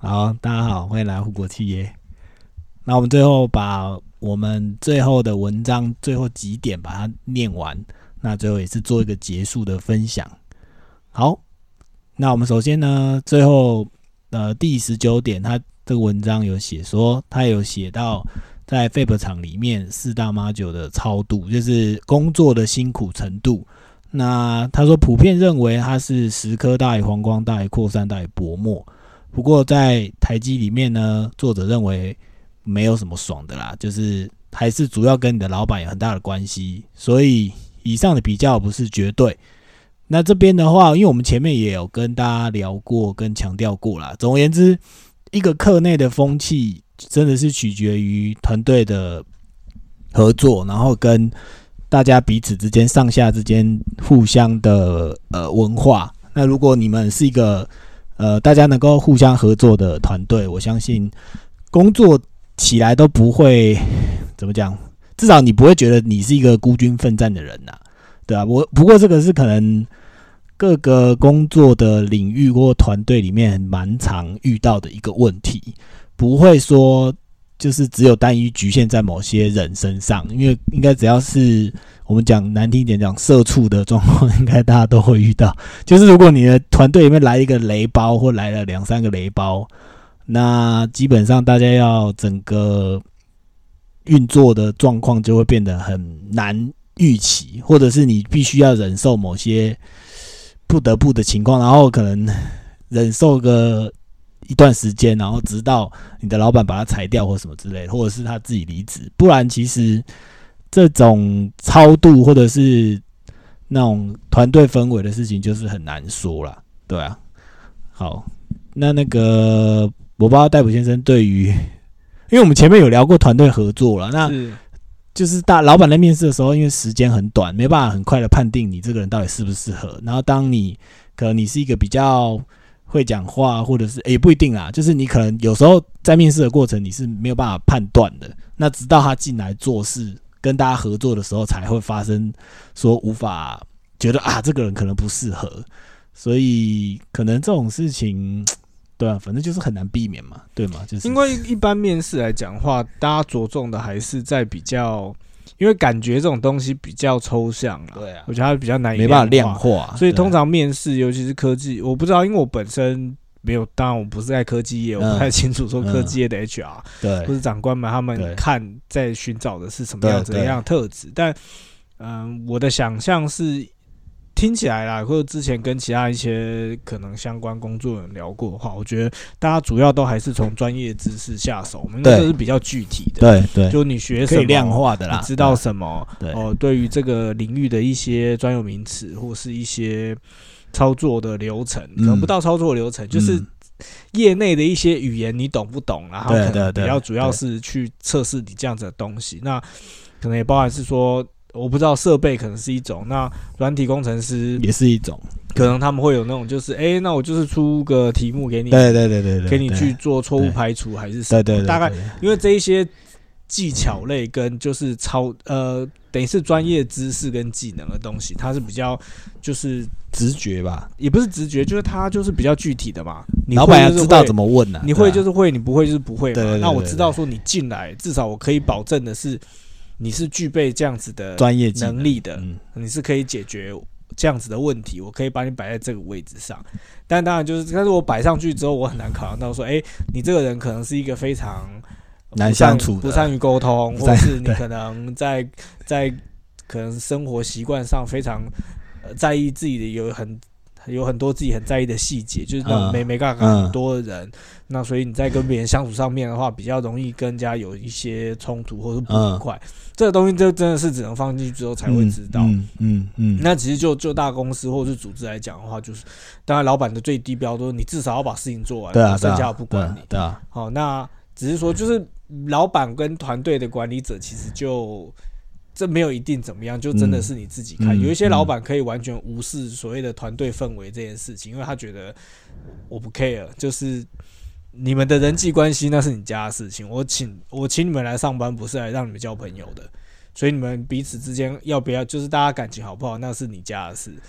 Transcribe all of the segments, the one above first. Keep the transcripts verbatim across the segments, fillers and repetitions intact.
好，大家好，欢迎来护国企业。那我们最后把我们最后的文章最后几点把它念完，那最后也是做一个结束的分享。好，那我们首先呢，最后呃第十九点，他这个文章有写说，他有写到在 F A B 厂里面四大马九的超度，就是工作的辛苦程度。那他说普遍认为它是蚀刻大于黄光大于扩散大于薄膜。不过在台积里面呢，作者认为没有什么爽的啦，就是还是主要跟你的老板有很大的关系，所以以上的比较不是绝对。那这边的话，因为我们前面也有跟大家聊过跟强调过啦，总而言之，一个课内的风气真的是取决于团队的合作，然后跟大家彼此之间上下之间互相的呃文化。那如果你们是一个呃，大家能够互相合作的团队，我相信工作起来都不会怎么讲，至少你不会觉得你是一个孤军奋战的人呐、啊，对啊，我不过这个是可能各个工作的领域或团队里面蛮常遇到的一个问题，不会说就是只有单一局限在某些人身上，因为应该只要是我们讲难听一点讲社畜的状况，应该大家都会遇到。就是如果你的团队里面来一个雷包，或来了两三个雷包，那基本上大家要整个运作的状况就会变得很难预期，或者是你必须要忍受某些不得不的情况，然后可能忍受个一段时间，然后直到你的老板把他裁掉或什么之类的，或者是他自己离职，不然其实这种超度或者是那种团队氛围的事情就是很难说啦，对啊。好，那那个我不知道戴普先生对于，因为我们前面有聊过团队合作了，那就是大老板在面试的时候，因为时间很短，没办法很快的判定你这个人到底适不适合。然后当你可能你是一个比较会讲话，或者是也、欸、不一定啦，就是你可能有时候在面试的过程你是没有办法判断的。那直到他进来做事，跟大家合作的时候，才会发生说无法觉得啊这个人可能不适合。所以可能这种事情，对啊，反正就是很难避免嘛，对吗？就是因为一般面试来讲的话，大家着重的还是在比较。因为感觉这种东西比较抽象啦， 对啊， 我觉得它比较难以没办法量化， 所以通常面试，尤其是科技，我不知道，因为我本身没有，当然我不是在科技业，我不太清楚说科技业的 H R、嗯、对，或是长官们他们看在寻找的是什么样子的样的特质，但嗯、呃，我的想象是。听起来啦，或者之前跟其他一些可能相关工作人聊过的话，我觉得大家主要都还是从专业知识下手，我们这是比较具体的， 对对， 就你学什么可以量化的啦， 你知道什么， 对哦、呃，对于这个领域的一些专有名词或是一些操作的流程，可能不到操作流程，嗯、就是业内的一些语言你懂不懂，然后可能比较主要是去测试你这样子的东西，那可能也包含是说。我不知道设备可能是一种，那软体工程师也是一种， 可能他们会有那种，就是哎、欸，那我就是出个题目给你， 对对对 对, 对， 给你去做错误排除还是什么？ 对 对, 对, 对, 对， 大概因为这一些技巧类跟就是超呃，等于是专业知识跟技能的东西，它是比较就是直觉吧， 也不是直觉，就是它就是比较具体的嘛。你老板要知道怎么问啊， 你会就是会，你不会就是不会嘛。 对对对对对， 那我知道说你进来，至少我可以保证的是。你是具备这样子的专业能力的，嗯、你是可以解决这样子的问题，我可以把你摆在这个位置上。但当然就是，但是我摆上去之后，我很难考量到说，哎、欸，你这个人可能是一个非常难相处的、 不善于沟通，或者是你可能在在可能生活习惯上非常、呃、在意自己的有很。有很多自己很在意的细节，就是那种没没干干很多的人、嗯，那所以你在跟别人相处上面的话，比较容易跟人家有一些冲突或是不愉快。嗯、这个东西就真的是只能放进去之后才会知道。嗯嗯 嗯, 嗯。那其实就就大公司或是组织来讲的话，就是当然老板的最低标都是你至少要把事情做完， 对啊， 剩下我不管你。 对啊。 好、哦，那只是说就是老板跟团队的管理者其实就。这没有一定怎么样，就真的是你自己看。嗯、有一些老板可以完全无视所谓的团队氛围这件事情，因为他觉得我不 care， 就是你们的人际关系那是你家的事情，我请我请你们来上班不是来让你们交朋友的，所以你们彼此之间要不要就是大家感情好不好那是你家的事。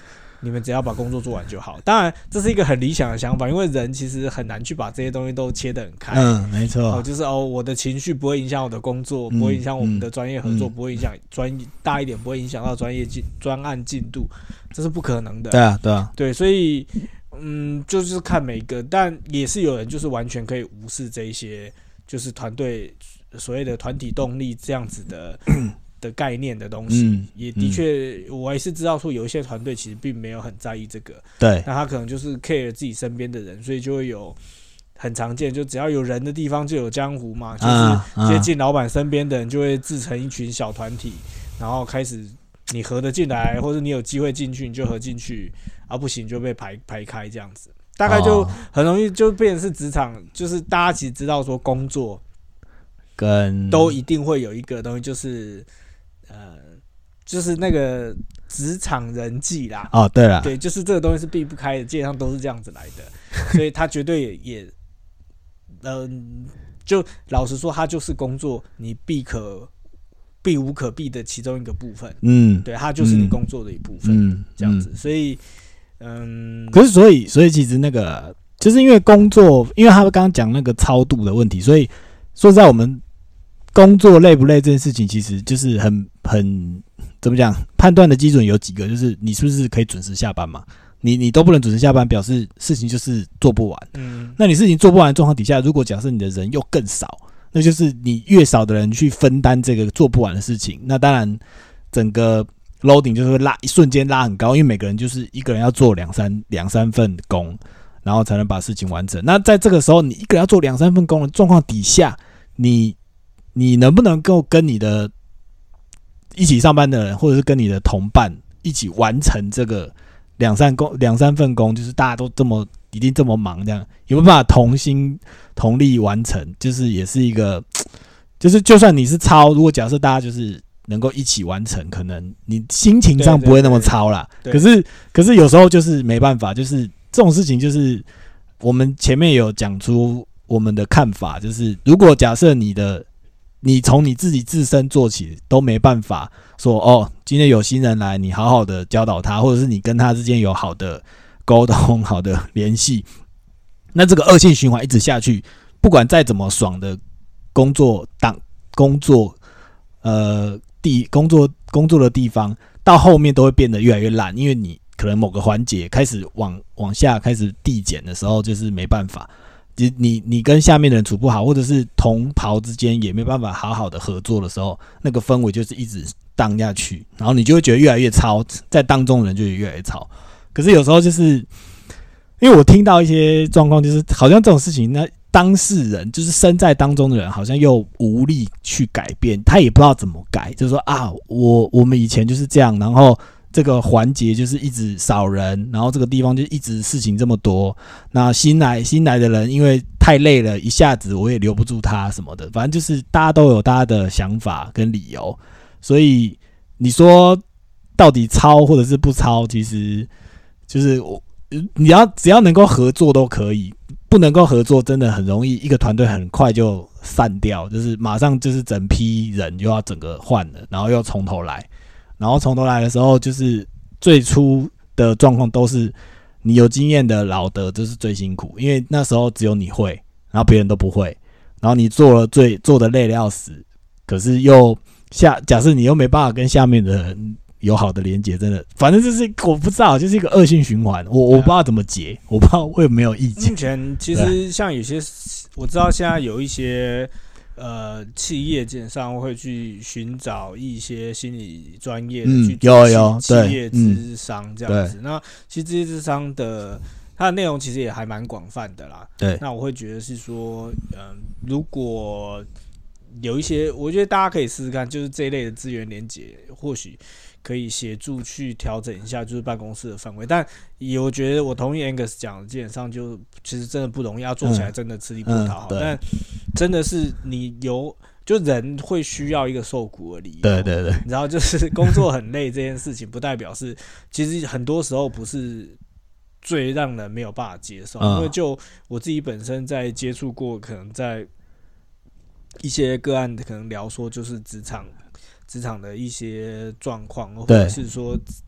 你们只要把工作做完就好。当然，这是一个很理想的想法，因为人其实很难去把这些东西都切得很开。 嗯，没错。 哦，就是哦，我的情绪不会影响我的工作，嗯、不会影响我们的专业合作，嗯、不会影响专大一点，不会影响到专业进专案进度，这是不可能的。 对啊，对啊， 对，所以嗯，就是看每个，但也是有人就是完全可以无视这一些，就是团队所谓的团体动力这样子的。的概念的东西，嗯、也的确，嗯、我也是知道说有一些团队其实并没有很在意这个， 对， 那他可能就是 care 自己身边的人，所以就会有很常见，就只要有人的地方就有江湖嘛，就是接近老板身边的人就会自成一群小团体，然后开始你合得进来，或者你有机会进去你就合进去，啊不行就被排排开这样子，大概就很容易就变成是职场，就是大家其实知道说工作跟都一定会有一个东西就是。呃，就是那个职场人际啦。 哦，对了， 对，就是这个东西是避不开的，基本上都是这样子来的，所以他绝对也，也嗯、呃，就老实说，他就是工作你必可避无可避的其中一个部分。嗯，对，他就是你工作的一部分。嗯，这样子，所以嗯， 可是所以所以其实那个就是因为工作，因为他刚刚讲那个超度的问题，所以说实在我们。工作累不累这件事情，其实就是很很怎么讲？判断的基准有几个，就是你是不是可以准时下班嘛？你你都不能准时下班，表示事情就是做不完。嗯，那你事情做不完的状况底下，如果假设你的人又更少，那就是你越少的人去分担这个做不完的事情，那当然整个 loading 就是会拉一瞬间拉很高，因为每个人就是一个人要做两三两三份工，然后才能把事情完成。那在这个时候，你一个人要做两三份工的状况底下，你你能不能够跟你的一起上班的人，或者是跟你的同伴一起完成这个两三工两三份工，就是大家都这么一定这么忙，这样有没有办法同心同力完成？就是也是一个，就是就算你是超，如果假设大家就是能够一起完成，可能你心情上不会那么超啦。可是可是有时候就是没办法，就是这种事情，就是我们前面有讲出我们的看法，就是如果假设你的你从你自己自身做起都没办法说哦，今天有新人来，你好好的教导他，或者是你跟他之间有好的沟通、好的联系，那这个恶性循环一直下去，不管再怎么爽的工作档、工作呃地、工作工作的地方，到后面都会变得越来越烂，因为你可能某个环节开始往往下开始递减的时候，就是没办法。你你跟下面的人处不好，或者是同袍之间也没办法好好的合作的时候，那个氛围就是一直荡下去，然后你就会觉得越来越超，在当中的人就越来越超。可是有时候就是因为我听到一些状况，就是好像这种事情，那当事人就是身在当中的人，好像又无力去改变，他也不知道怎么改，就是说啊，我我们以前就是这样，然后。这个环节就是一直少人，然后这个地方就一直事情这么多。那新来新来的人因为太累了，一下子我也留不住他什么的，反正就是大家都有大家的想法跟理由。所以你说到底超或者是不超，其实就是我你要只要能够合作都可以，不能够合作真的很容易，一个团队很快就散掉，就是马上就是整批人就要整个换了，然后又从头来。然后从头来的时候，就是最初的状况都是你有经验的老的，就是最辛苦，因为那时候只有你会，然后别人都不会，然后你做了最做的累得要死，可是又下假设你又没办法跟下面的人有好的连结，真的，反正就是我不知道，就是一个恶性循环，我我不知道怎么解，我不知道我有没有意见。 目前其实像有些我知道现在有一些。呃，企业基本上会去寻找一些心理专业的去做企业諮商这样子。嗯、那其实这些諮商的它的内容其实也还蛮广泛的啦。 对， 那我会觉得是说，嗯、呃，如果有一些，我觉得大家可以试试看，就是这一类的资源连结，或许可以协助去调整一下，就是办公室的氛围。但也我觉得我同意 Angus 讲的，基本上就其实真的不容易，要做起来真的吃力不讨好。嗯嗯、但真的是你有，就人会需要一个受苦的理由。 对对对， 你知道，就是工作很累这件事情，不代表是其实很多时候不是最让人没有办法接受。嗯、因为就我自己本身在接触过，可能在一些个案可能聊说，就是职场。职场的一些状况，或者是说，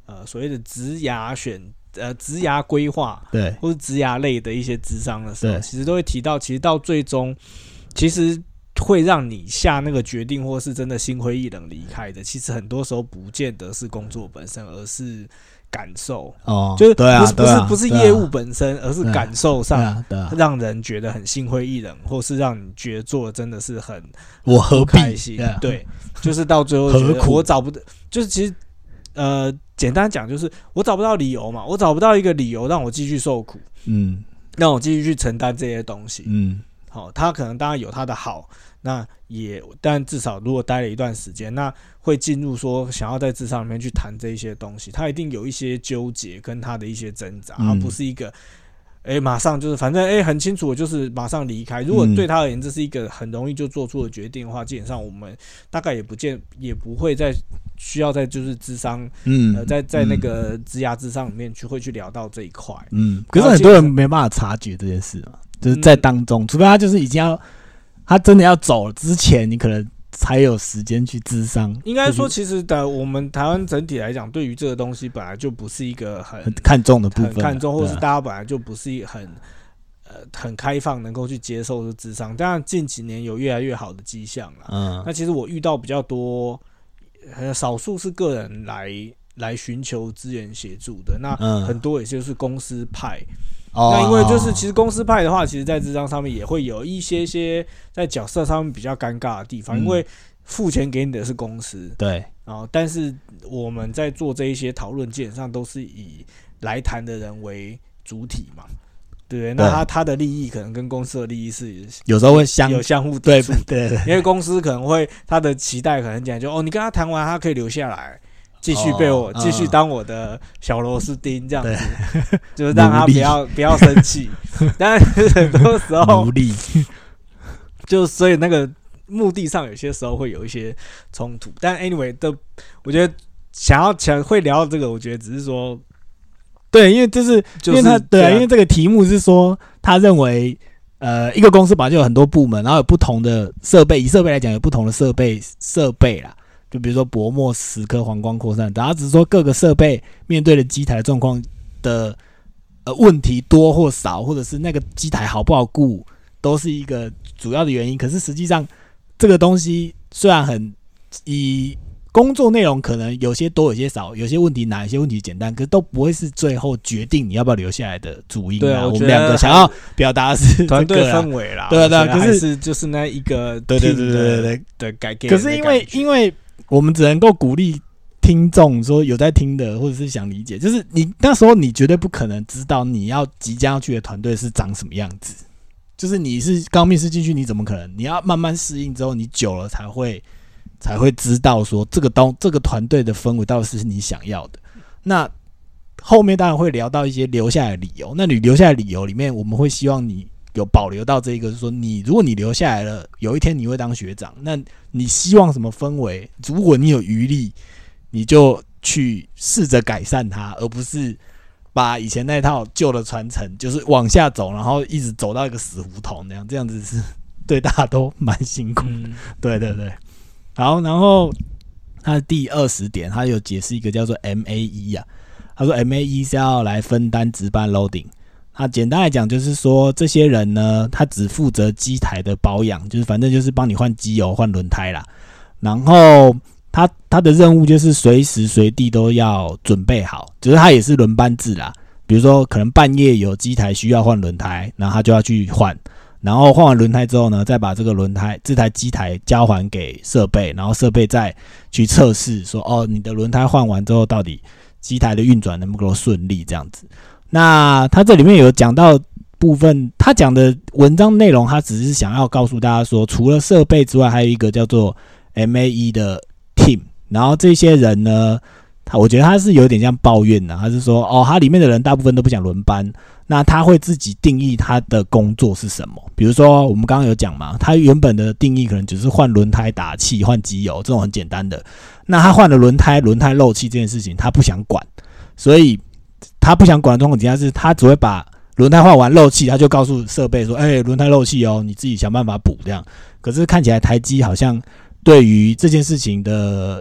呃所谓的职涯选呃职涯规划， 对， 或是职涯类的一些咨商的时候，其实都会提到，其实到最终，其实会让你下那个决定，或是真的心灰意冷离开的，其实很多时候不见得是工作本身，而是感受。 哦， 就是不是、 啊、 不是不是业务本身，而是感受上让人觉得很心灰意冷，或是让你觉得做的真的是很我何必开心？对，就是到最后觉得我找不到，就是其实呃，简单讲就是我找不到理由嘛，我找不到一个理由让我继续受苦，嗯，让我继续去承担这些东西，嗯。好，他可能当然有他的好，那也，但至少如果待了一段时间，那会进入说想要在职场里面去谈这一些东西，他一定有一些纠结跟他的一些挣扎，而、嗯、不是一个，哎、欸，马上就是反正哎、欸、很清楚，就是马上离开。如果对他而言这是一个很容易就做出的决定的话，基本上我们大概也不见也不会再需要在就是諮商，嗯，呃，在在那个职涯諮商里面去会去聊到这一塊， 嗯，可是很多人没办法察觉这件事嘛。就是在当中，除非他就是已经要，他真的要走之前，你可能才有时间去諮商。 应该说，其实的我们台湾整体来讲，对于这个东西本来就不是一个很, 很看重的部分， 很看重，或是大家本来就不是很呃很开放，能够去接受的諮商。当然近几年有越来越好的迹象了。嗯，那其实我遇到比较多，少数是个人来来寻求资源协助的，那很多也就是公司派。那因为就是其实公司派的话，其实在諮商上面也会有一些些在角色上面比较尴尬的地方，因为付钱给你的是公司， 对， 然后但是我们在做这一些讨论，基本上都是以来谈的人为主体嘛，对不对？那他他的利益可能跟公司的利益是有时候会相有相互抵触， 对对， 因为公司可能会他的期待可能讲就哦，你跟他谈完，他可以留下来。继续被我继续当我的小螺丝钉这样子，就是让他不要不要生气。但是很多时候， 努力， 就所以那个目的上有些时候会有一些冲突。但 anyway 的，我觉得想要想会聊到这个，我觉得只是说， 对，因为就是、就是、因为他对、啊，因为这个题目是说，他认为呃一个公司本来就有很多部门，然后有不同的设备，以设备来讲有不同的设备设备啦。就比如说薄膜、蚀刻、黄光扩散，然后只是说各个设备面对的机台状况的呃问题多或少，或者是那个机台好不好顾，都是一个主要的原因。可是实际上，这个东西虽然很以工作内容可能有些多有些少，有些问题难，有些问题简单，可是都不会是最后决定你要不要留下来的主因。 对啊， 我们两个想要表达的是团队氛围啦， 对啊对啊，可是就是那一个对对对对对对改变。 可是因为因为我们只能够鼓励听众说有在听的，或者是想理解，就是你那时候你绝对不可能知道你要即将要去的团队是长什么样子，就是你是刚面试进去，你怎么可能？你要慢慢适应之后，你久了才会才会知道说这个东这个团队的氛围到底是你想要的。那后面当然会聊到一些留下来的理由，那你留下来的理由里面，我们会希望你有保留到这一个，就是说你如果你留下来了，有一天你会当学长，那你希望什么氛围？如果你有余力，你就去试着改善它，而不是把以前那套旧的传承，就是往下走，然后一直走到一个死胡同那样，这样子是对大家都蛮辛苦的。嗯、对对对，好，然后他第二十点，他有解释一个叫做 M A E 啊，他说 M A E 是要来分担值班 loading。那简单来讲就是说，这些人呢，他只负责机台的保养，就是反正就是帮你换机油、换轮胎啦。然后他他的任务就是随时随地都要准备好，只是他也是轮班制啦。比如说，可能半夜有机台需要换轮胎，然后他就要去换。然后换完轮胎之后呢，再把这个轮胎这台机台交还给设备，然后设备再去测试说，哦，你的轮胎换完之后，到底机台的运转能不能够顺利这样子。那他这里面有讲到部分，他讲的文章内容，他只是想要告诉大家说，除了设备之外，还有一个叫做 M A E 的 team。然后这些人呢，他我觉得他是有点像抱怨的，他是说，哦，他里面的人大部分都不想轮班，那他会自己定义他的工作是什么。比如说我们刚刚有讲嘛，他原本的定义可能只是换轮胎、打气、换机油这种很简单的。那他换了轮胎，轮胎漏气这件事情，他不想管，所以他不想管的状况底下是，他只会把轮胎换完漏气，他就告诉设备说：“哎、欸，轮胎漏气哦，你自己想办法补。”这样。可是看起来台积好像对于这件事情的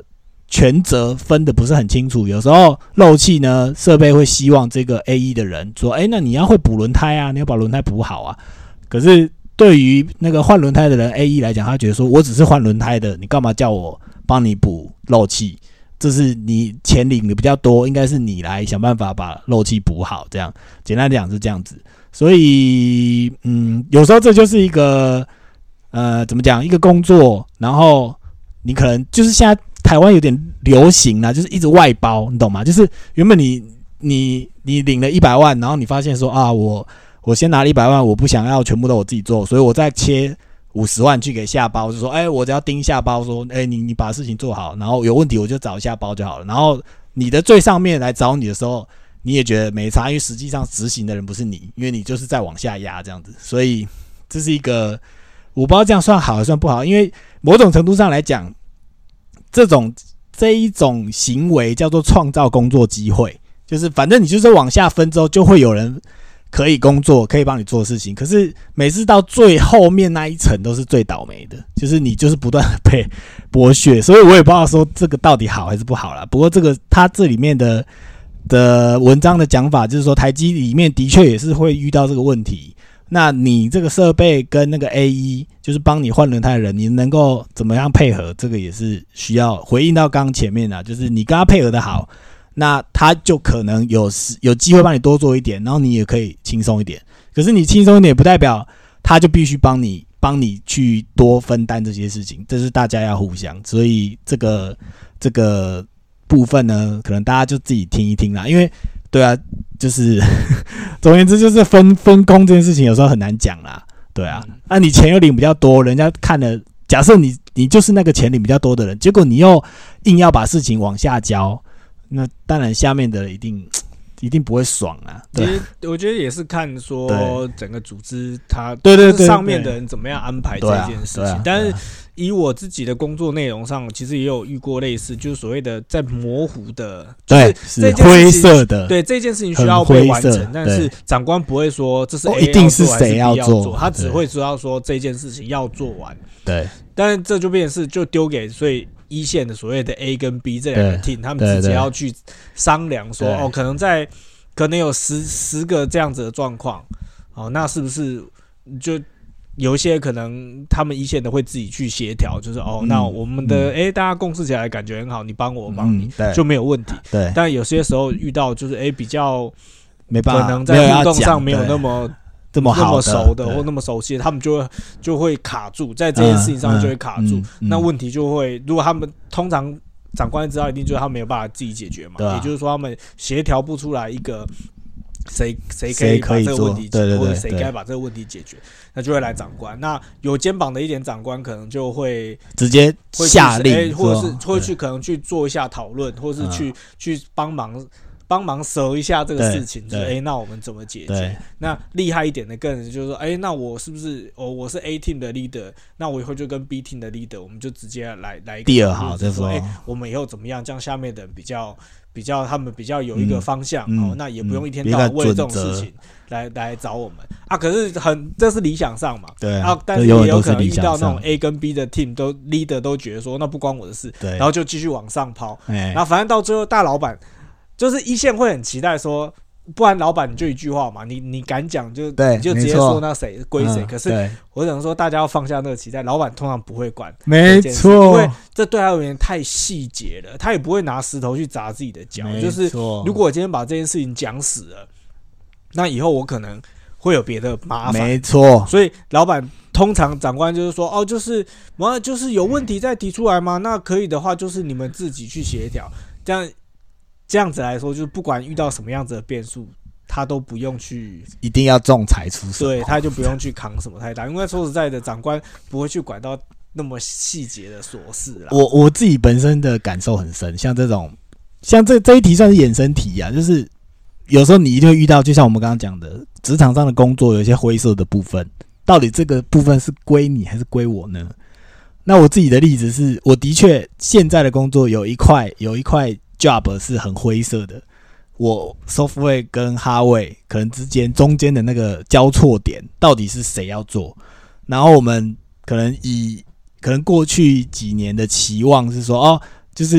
权责分的不是很清楚，有时候漏气呢，设备会希望这个 A E 的人说，哎，那你要会补轮胎啊，你要把轮胎补好啊。可是对于那个换轮胎的人 A E 来讲，他觉得说我只是换轮胎的，你干嘛叫我帮你补漏气？这是你钱领的比较多，应该是你来想办法把漏气补好，这样简单讲是这样子。所以，嗯，有时候这就是一个呃，怎么讲，一个工作，然后你可能就是现在台湾有点流行啦，就是一直外包，你懂吗？就是原本你你你领了一百万，然后你发现说啊，我我先拿了一百万，我不想要全部都我自己做，所以我再切五十万去给下包，就说，哎、欸，我只要盯下包，说，哎、欸，你你把事情做好，然后有问题我就找下包就好了。然后你的最上面来找你的时候，你也觉得没差，因为实际上执行的人不是你，因为你就是在往下压这样子。所以这是一个，我不知道这样算好还算不好，因为某种程度上来讲，这种这一种行为叫做创造工作机会，就是反正你就是往下分之后，就会有人可以工作，可以帮你做事情。可是每次到最后面那一层都是最倒霉的，就是你就是不断的被剥削。所以我也不知道说这个到底好还是不好啦。不过这个它这里面的的文章的讲法就是说，台积里面的确也是会遇到这个问题。那你这个设备跟那个 A E 就是帮你换轮胎的人，你能够怎么样配合？这个也是需要回应到刚刚前面啊，就是你跟他配合的好，那他就可能有有机会帮你多做一点，然后你也可以轻松一点。可是你轻松一点，不代表他就必须帮你帮你去多分担这些事情，这是大家要互相。所以这个这个部分呢，可能大家就自己听一听啦，因为对啊，就是总而言之，就是分分工这件事情有时候很难讲啦，对啊。那、啊、你钱又领比较多，人家看了，假设你你就是那个钱领比较多的人，结果你又硬要把事情往下交。那当然，下面的人一定一定不会爽啊。对， 其实我觉得也是看说整个组织它对对对上面的人怎么样安排这件事情。 啊啊、 但是以我自己的工作内容上，其实也有遇过类似，就是所谓的在模糊的， 对， 就是是灰色的， 对这件事情需要被完成，但是长官不会说这是 A 哦、一定是谁要做，他只会知道说这件事情要做完。 对， 但是这就变成是就丢给所以。一线的所谓的 A 跟 B 这两个 team， 他们直接要去商量说，哦，可能在可能有十十个这样子的状况，哦，那是不是就有一些可能他们一线的会自己去协调，就是哦，嗯、那我们的哎、嗯欸，大家共事起来感觉很好，你帮我，我帮你、嗯，就没有问题。 对， 但有些时候遇到就是哎、欸、比较没办法， 可能在互动上没有那么。 这么好那么熟的或那么熟悉的，他们就会就会卡住，在这件事情上就会卡住，嗯嗯嗯、那问题就会，如果他们通常长官知道，一定就是他们没有办法自己解决嘛，啊、也就是说他们协调不出来一个谁谁可以把这个问题解决，或者谁该把这个问题解决，那就会来长官。那有肩膀的一点长官可能就会直接下令， 欸、或者是会去可能去做一下讨论，或是去、嗯、去帮忙。帮忙折一下这个事情，就是哎、欸，那我们怎么解决？那厉害一点的更是就是说，哎、欸，那我是不是哦，我是 A team 的 leader， 那我以后就跟 B team 的 leader， 我们就直接来来一个第二号， 就是说，哎、欸，我们以后怎么样，这样下面的人比较比较，他们比较有一个方向、嗯、哦，那也不用一天到晚为了这种事情来来找我们啊。可是很这是理想上嘛， 对啊， 啊但是也有可能遇到那种 A 跟 B 的 team 都 leader 都觉得说，那不关我的事，然后就继续往上抛，然后反正到最后大老板。就是一线会很期待说，不然老板你就一句话嘛，你你敢讲就你就直接说那谁归谁。可是我想说，大家要放下那个期待，老板通常不会管， 没错， 因为这对他而言太细节了，他也不会拿石头去砸自己的脚。就是如果我今天把这件事情讲死了，那以后我可能会有别的麻烦。 没错， 所以老板通常长官就是说，哦，就是完了，就是有问题再提出来嘛，那可以的话，就是你们自己去协调，这样。这样子来说，就是不管遇到什么样子的变数，他都不用去一定要仲裁出手， 对，他就不用去扛什么太大，因为说实在的，长官不会去管到那么细节的琐事啦。 我我自己本身的感受很深，像这种，像这这一题算是衍生题啊，就是有时候你一定会遇到，就像我们刚刚讲的，职场上的工作有一些灰色的部分，到底这个部分是归你还是归我呢？那我自己的例子是，我的确现在的工作有一块有一块。job 是很灰色的，我 software 跟 hardware 可能之间中间的那个交错点到底是谁要做？然后我们可能以可能过去几年的期望是说，哦，就是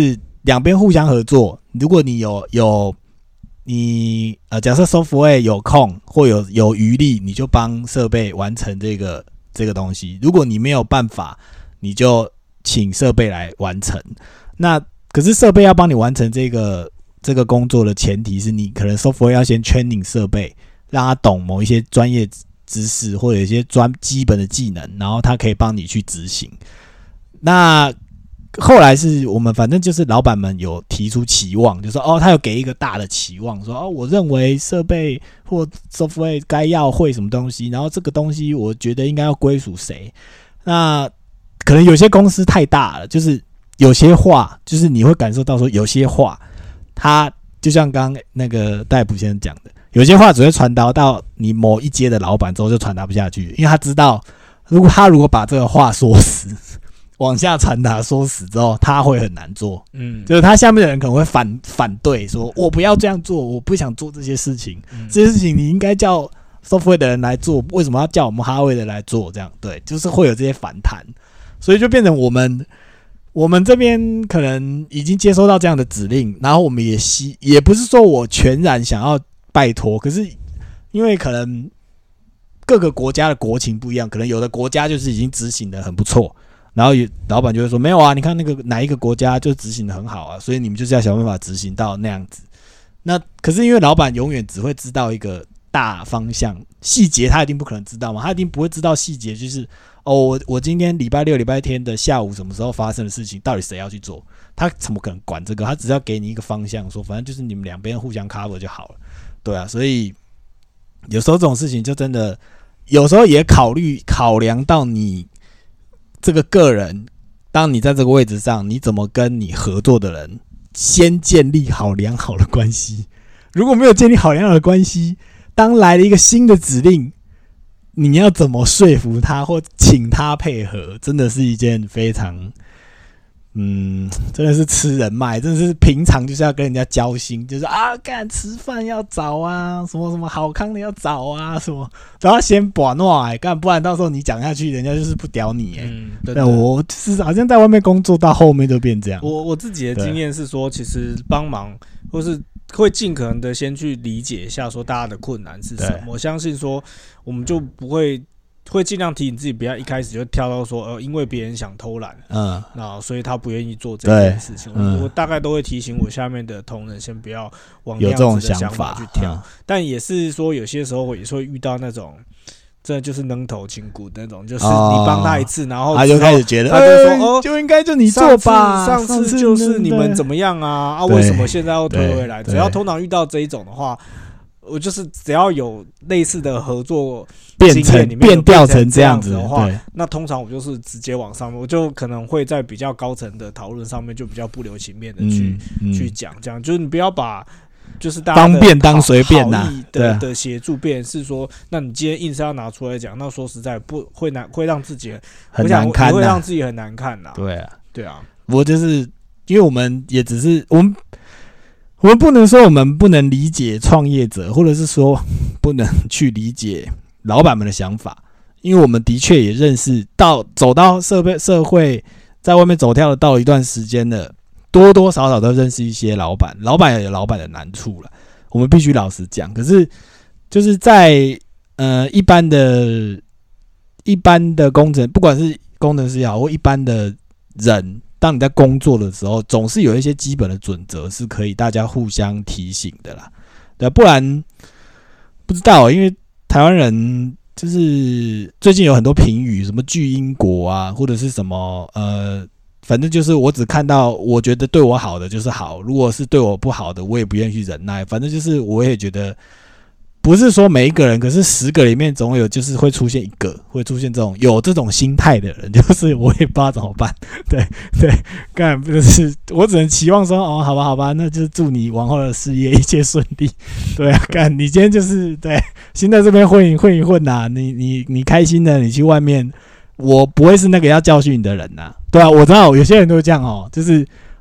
两边互相合作，如果你有有你呃，假设 software 有空或有有余力，你就帮设备完成这个这个东西。如果你没有办法，你就请设备来完成。那可是设备要帮你完成这个这个工作的前提是你可能 software 要先 training 设备，让他懂某一些专业知识或者一些专基本的技能，然后他可以帮你去执行。那后来是我们反正就是老板们有提出期望，就说哦，他有给一个大的期望，说哦，我认为设备或 software 该要会什么东西，然后这个东西我觉得应该要归属谁。那可能有些公司太大了，就是有些话，就是你会感受到说有些话，他就像刚刚那个戴普先生讲的，有些话只会传达到你某一阶的老板之后就传达不下去，因为他知道，如果他如果把这个话说死，往下传达说死之后，他会很难做。嗯，就是他下面的人可能会反反对，说我不要这样做，我不想做这些事情，嗯、这些事情你应该叫 software 的人来做，为什么要叫我们 hardware 的来做？这样对，就是会有这些反弹，所以就变成我们我们这边可能已经接收到这样的指令，然后我们也希也不是说我全然想要拜托，可是因为可能各个国家的国情不一样，可能有的国家就是已经执行的很不错。然后老板就会说没有啊，你看那个哪一个国家就执行的很好啊，所以你们就是要想办法执行到那样子。那可是因为老板永远只会知道一个大方向，细节他一定不可能知道嘛，他一定不会知道细节，就是哦，我我今天礼拜六、礼拜天的下午什么时候发生的事情，到底谁要去做？他怎么可能管这个？他只要给你一个方向，说反正就是你们两边互相 cover 就好了，对啊。所以有时候这种事情就真的，有时候也考虑考量到你。这个个人，当你在这个位置上，你怎么跟你合作的人先建立好良好的关系？如果没有建立好良好的关系，当来了一个新的指令，你要怎么说服他或请他配合，真的是一件非常，嗯，真的是吃人脉，真的是平常就是要跟人家交心，就是啊，干吃饭要找啊，什么什么好康的要找啊，什么都要先把诺哎，干不然到时候你讲下去，人家就是不屌你哎。嗯，对对，我就是好像在外面工作到后面就变这样。 我我自己的经验是说，其实帮忙或是会尽可能的先去理解一下，说大家的困难是什么。我相信说，我们就不会。会尽量提醒自己，不要一开始就跳到说，呃，因为别人想偷懒，嗯，那所以他不愿意做这件事情。嗯、我大概都会提醒我下面的同仁，先不要往那样子的想法去跳。嗯、但也是说，有些时候也是会遇到那种，真的就是扔头轻骨那种，就是你帮他一次，然后他就开始觉得， 他就说，哦， 就应该就你做吧， 上次, 上次就是你们怎么样啊？啊，为什么现在要推回来？只要通常遇到这一种的话。我就是只要有类似的合作经验里面变调成这样子的话，那通常我就是直接往上面，我就可能会在比较高层的讨论上面就比较不留情面的去、嗯嗯、去讲，这样就是你不要把就是大家的方便当随便呐、啊，的的协助变成是说，那你今天硬是要拿出来讲，那说实在不会难，会让自己很难看、啊， 会让自己很难看呐、啊。 对啊， 对啊， 不过就是因为我们也只是我们。我们不能说我们不能理解创业者，或者是说不能去理解老板们的想法，因为我们的确也认识到走到社会社会在外面走跳了到了一段时间了，多多少少都认识一些老板，老板也有老板的难处了，我们必须老实讲。可是就是在呃一般的、一般的工程，不管是工程师也好，或一般的人。当你在工作的时候，总是有一些基本的准则是可以大家互相提醒的啦，对，不然不知道，因为台湾人就是最近有很多评语，什么巨婴国啊，或者是什么呃，反正就是我只看到我觉得对我好的就是好，如果是对我不好的，我也不愿意去忍耐，反正就是我也觉得。不是说每一个人，可是十个里面总有就是会出现一个，会出现这种有这种心态的人，就是我也不知道怎么办。对对，干就是我只能期望说哦，好吧好吧，那就祝你往后的事业一切顺利。对啊，干你今天就是对，先在这边混一混一混呐、啊，你你你开心的，你去外面，我不会是那个要教训你的人呐、啊。对啊，我知道有些人都会这样哦，就是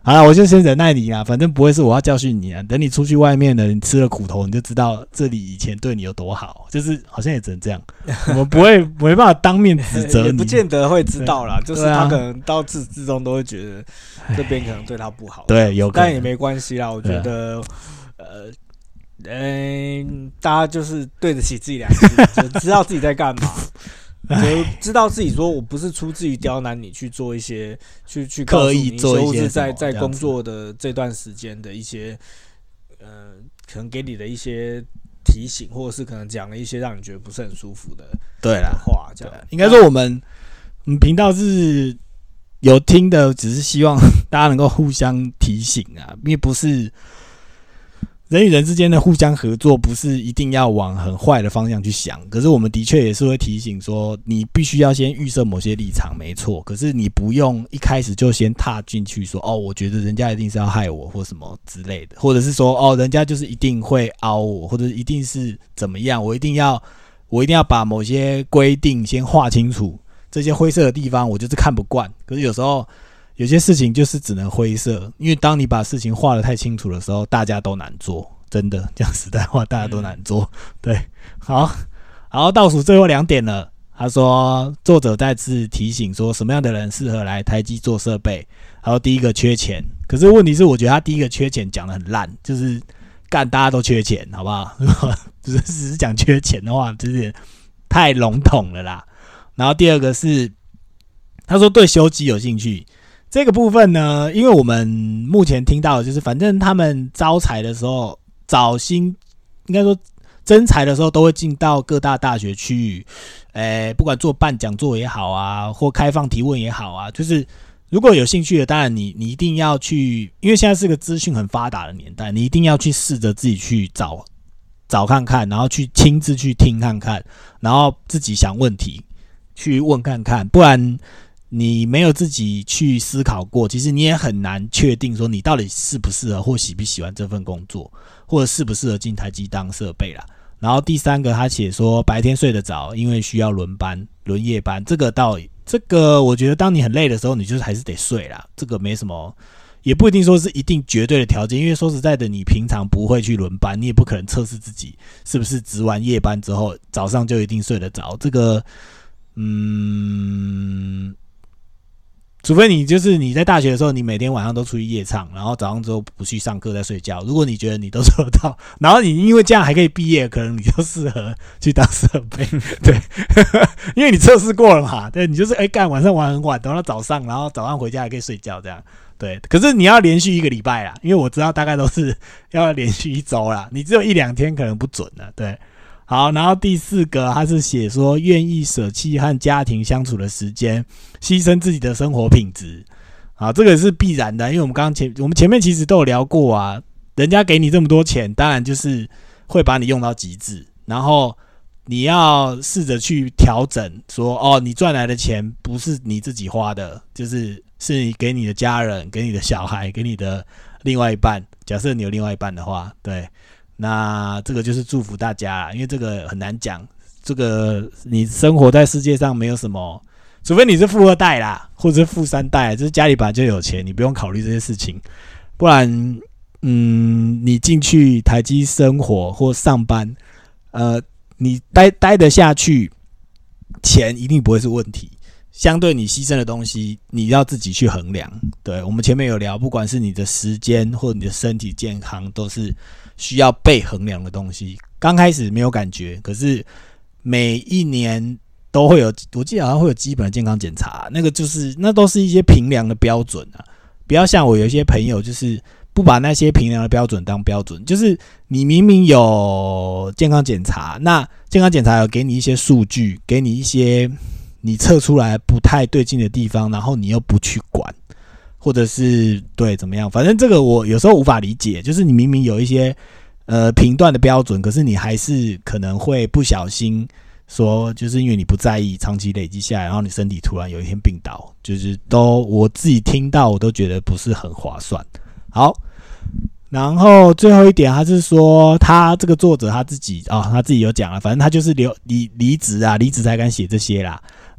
好了，我就先忍耐你啦，反正不会是我要教训你啊。等你出去外面了，你吃了苦头，你就知道这里以前对你有多好。就是好像也只能这样，我们不会没办法当面指责你， 也不见得会知道啦。就是他可能到自始至终都会觉得这边可能对他不好， 对，有可能， 但也没关系啦。我觉得，呃，嗯，大家就是对得起自己良心，就知道自己在干嘛。就知道自己说，我不是出自于刁难你去做一些，去去刻意做一些， 在在工作的这段时间的一些，呃，可能给你的一些提醒，或者是可能讲了一些让你觉得不是很舒服的对啦话，这样应该说我们我们频道是有听的，只是希望大家能够互相提醒啊，因为不是。人与人之间的互相合作，不是一定要往很坏的方向去想。可是我们的确也是会提醒说，你必须要先预设某些立场，没错。可是你不用一开始就先踏进去说，哦，我觉得人家一定是要害我，或什么之类的，或者是说，哦，人家就是一定会凹我，或者一定是怎么样，我一定要，我一定要把某些规定先划清楚。这些灰色的地方，我就是看不惯。可是有时候。有些事情就是只能灰色，因为当你把事情画得太清楚的时候，大家都难做，真的讲实在话，大家都难做。对，好，然后倒数最后两点了。他说，作者再次提醒说，什么样的人适合来台积做设备？然后第一个缺钱，可是问题是，我觉得他第一个缺钱讲得很烂，就是干大家都缺钱，好不好？就是只是讲缺钱的话，就是太笼统了啦。然后第二个是，他说对修机有兴趣。这个部分呢，因为我们目前听到的就是，反正他们招财的时候，找新应该说征才的时候，都会进到各大大学区域，诶，不管做办讲座也好啊，或开放提问也好啊，就是如果有兴趣的，当然你你一定要去，因为现在是个资讯很发达的年代，你一定要去试着自己去找找看看，然后去亲自去听看看，然后自己想问题去问看看，不然。你没有自己去思考过，其实你也很难确定说你到底适不适合或喜不喜欢这份工作，或者适不适合进台积当设备啦。然后第三个他写说白天睡得着，因为需要轮班、轮夜班。这个到这个我觉得当你很累的时候，你就是还是得睡啦。这个没什么，也不一定说是一定绝对的条件，因为说实在的，你平常不会去轮班，你也不可能测试自己是不是值完夜班之后早上就一定睡得着。这个，嗯。除非你就是你在大学的时候，你每天晚上都出去夜唱，然后早上之后不去上课再睡觉。如果你觉得你都做得到，然后你因为这样还可以毕业，可能你就适合去当设备，对，因为你测试过了嘛。对，你就是哎干、欸、晚上玩很晚，等到早上，然后早上回家还可以睡觉这样。对，可是你要连续一个礼拜啦，因为我知道大概都是要连续一周啦，你只有一两天可能不准了，对。好，然后第四个他是写说愿意舍弃和家庭相处的时间，牺牲自己的生活品质。好，这个是必然的，因为我们刚刚前我们前面其实都有聊过啊，人家给你这么多钱，当然就是会把你用到极致，然后你要试着去调整说，哦，你赚来的钱不是你自己花的，就是是你给你的家人、给你的小孩、给你的另外一半。假设你有另外一半的话，对。那这个就是祝福大家啦，因为这个很难讲。这个你生活在世界上没有什么，除非你是富二代啦，或者是富三代，就是家里本来就有钱，你不用考虑这些事情。不然，嗯，你进去台积生活或上班，呃，你待待得下去，钱一定不会是问题。相对你牺牲的东西，你要自己去衡量。对，我们前面有聊，不管是你的时间或你的身体健康，都是需要被衡量的东西。刚开始没有感觉，可是每一年都会有，我记得好像会有基本的健康检查，那个就是那都是一些评量的标准啊。不要像我有一些朋友，就是不把那些评量的标准当标准，就是你明明有健康检查，那健康检查有给你一些数据，给你一些你测出来不太对劲的地方，然后你又不去管，或者是对怎么样，反正这个我有时候无法理解，就是你明明有一些呃评断的标准，可是你还是可能会不小心说，就是因为你不在意，长期累积下来，然后你身体突然有一天病倒，就是都我自己听到我都觉得不是很划算。好，然后最后一点，他是说他这个作者他自己啊、哦，他自己有讲了，反正他就是留离离职啊，离职才敢写这些啦。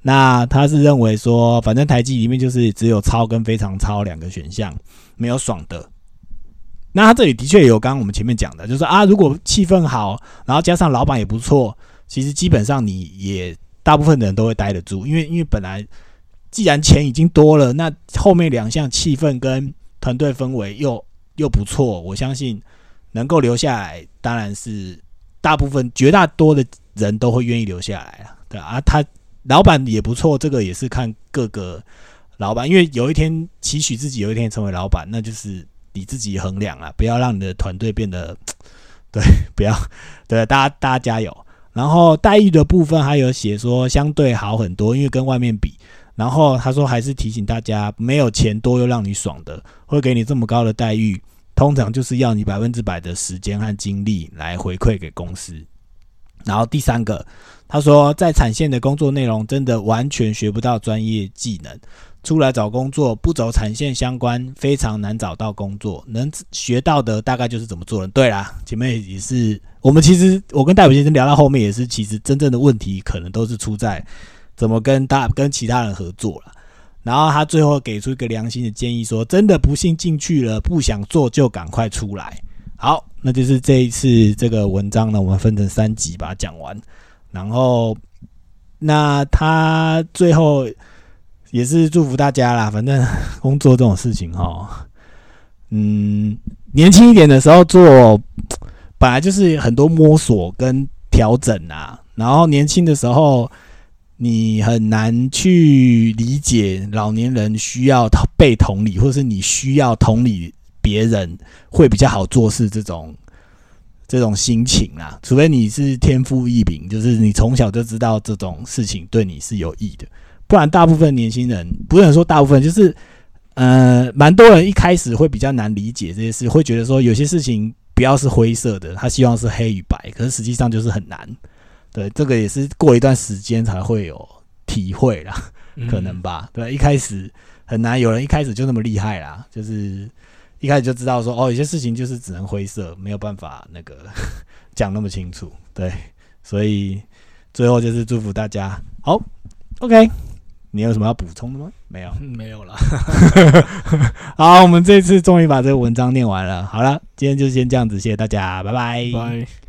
那他是认为说，反正台积里面就是只有超跟非常超两个选项，没有爽的。那他这里的确有刚刚我们前面讲的，就是啊，如果气氛好，然后加上老板也不错，其实基本上你也大部分的人都会待得住，因为因为本来既然钱已经多了，那后面两项气氛跟团队氛围又又不错，我相信能够留下来，当然是大部分绝大多的人都会愿意留下来啊。对啊，他老板也不错，这个也是看各个老板，因为有一天期许自己有一天成为老板，那就是你自己衡量啦，不要让你的团队变得对，不要对，大家大家加油。然后待遇的部分还有写说相对好很多，因为跟外面比。然后他说还是提醒大家，没有钱多又让你爽的，会给你这么高的待遇，通常就是要你百分之百的时间和精力来回馈给公司。然后第三个，他说在产线的工作内容真的完全学不到专业技能，出来找工作不走产线相关非常难找到工作，能学到的大概就是怎么做人。对啦，前面也是我们其实我跟戴普先生聊到后面也是，其实真正的问题可能都是出在怎么跟大跟其他人合作啦。然后他最后给出一个良心的建议说，真的不幸进去了，不想做就赶快出来。好，那就是这一次这个文章呢，我们分成三集把它讲完。然后那他最后也是祝福大家啦，反正工作这种事情齁，嗯，年轻一点的时候做本来就是很多摸索跟调整啊，然后年轻的时候你很难去理解老年人需要被同理，或是你需要同理别人会比较好做事这种这种心情啦，除非你是天赋异禀，就是你从小就知道这种事情对你是有益的，不然大部分年轻人，不能说大部分，就是呃，蛮多人一开始会比较难理解这些事，会觉得说有些事情不要是灰色的，他希望是黑与白，可是实际上就是很难。对，这个也是过一段时间才会有体会啦，可能吧。对，一开始很难，有人一开始就那么厉害啦，就是一开始就知道说，哦，有些事情就是只能灰色，没有办法那个讲那么清楚。对，所以最后就是祝福大家。好 ，OK， 你有什么要补充的吗？没有， 没有了。 好，我们这次终于把这个文章念完了。好了，今天就先这样子，谢谢大家，拜拜。 拜。